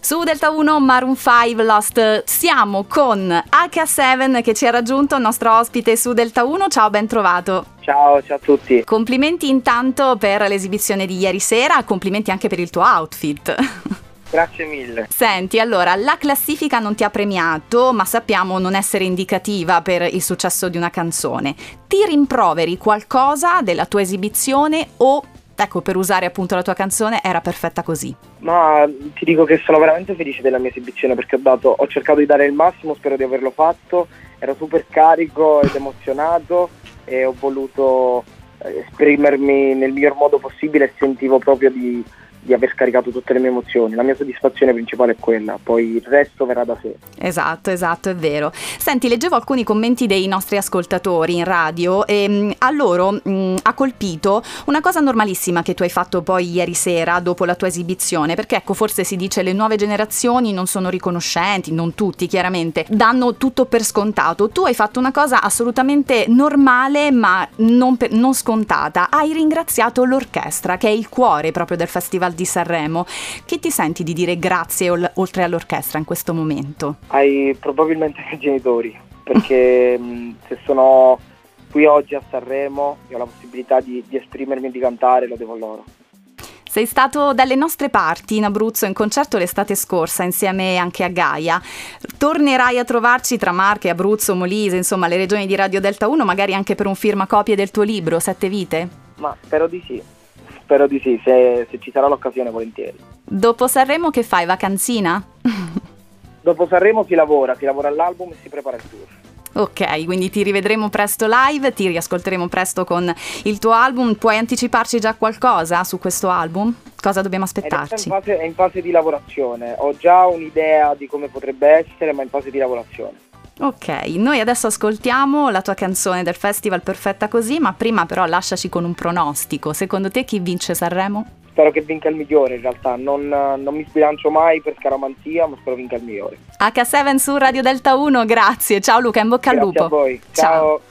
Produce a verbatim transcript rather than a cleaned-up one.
Su Delta uno Maroon cinque Lost, siamo con acca sette che ci ha raggiunto, il nostro ospite su Delta uno. Ciao, ben trovato. Ciao, ciao a tutti. Complimenti intanto per l'esibizione di ieri sera, complimenti anche per il tuo outfit. Grazie mille. Senti, allora, la classifica non ti ha premiato, ma sappiamo non essere indicativa per il successo di una canzone. Ti rimproveri qualcosa della tua esibizione o, ecco, per usare appunto la tua canzone, era perfetta così? Ma ti dico che sono veramente felice della mia esibizione perché ho dato, ho cercato di dare il massimo, spero di averlo fatto. Ero super carico ed emozionato e ho voluto esprimermi nel miglior modo possibile e sentivo proprio di... di aver scaricato tutte le mie emozioni. La mia soddisfazione principale è quella, poi il resto verrà da sé. Esatto, esatto, è vero. Senti, leggevo alcuni commenti dei nostri ascoltatori in radio e mh, a loro mh, ha colpito una cosa normalissima che tu hai fatto poi ieri sera dopo la tua esibizione, perché ecco, forse si dice le nuove generazioni non sono riconoscenti, non tutti chiaramente, danno tutto per scontato. Tu hai fatto una cosa assolutamente normale ma non, per, non scontata, hai ringraziato l'orchestra che è il cuore proprio del Festival di Sanremo. Che ti senti di dire grazie ol- oltre all'orchestra in questo momento? Ai probabilmente ai miei genitori, perché mh, se sono qui oggi a Sanremo e ho la possibilità di, di esprimermi e di cantare, lo devo a loro. Sei stato dalle nostre parti in Abruzzo in concerto l'estate scorsa insieme anche a Gaia. Tornerai a trovarci tra Marche, Abruzzo, Molise, insomma le regioni di Radio Delta uno, magari anche per un firmacopie del tuo libro Sette Vite? Ma spero di sì. Spero di sì, se, se ci sarà l'occasione volentieri. Dopo Sanremo che fai, vacanzina? Dopo Sanremo si lavora, si lavora all'album e si prepara il tour. Ok, quindi ti rivedremo presto live, ti riascolteremo presto con il tuo album. Puoi anticiparci già qualcosa su questo album? Cosa dobbiamo aspettarci? È in fase, è in fase di lavorazione, ho già un'idea di come potrebbe essere, ma è in fase di lavorazione. Ok, noi adesso ascoltiamo la tua canzone del festival Perfetta Così, ma prima però lasciaci con un pronostico. Secondo te chi vince Sanremo? Spero che vinca il migliore in realtà, non, non mi sbilancio mai per scaramanzia, ma spero vinca il migliore. acca sette su Radio Delta uno, grazie. Ciao Luca, in bocca al lupo. Grazie a voi, ciao. Ciao.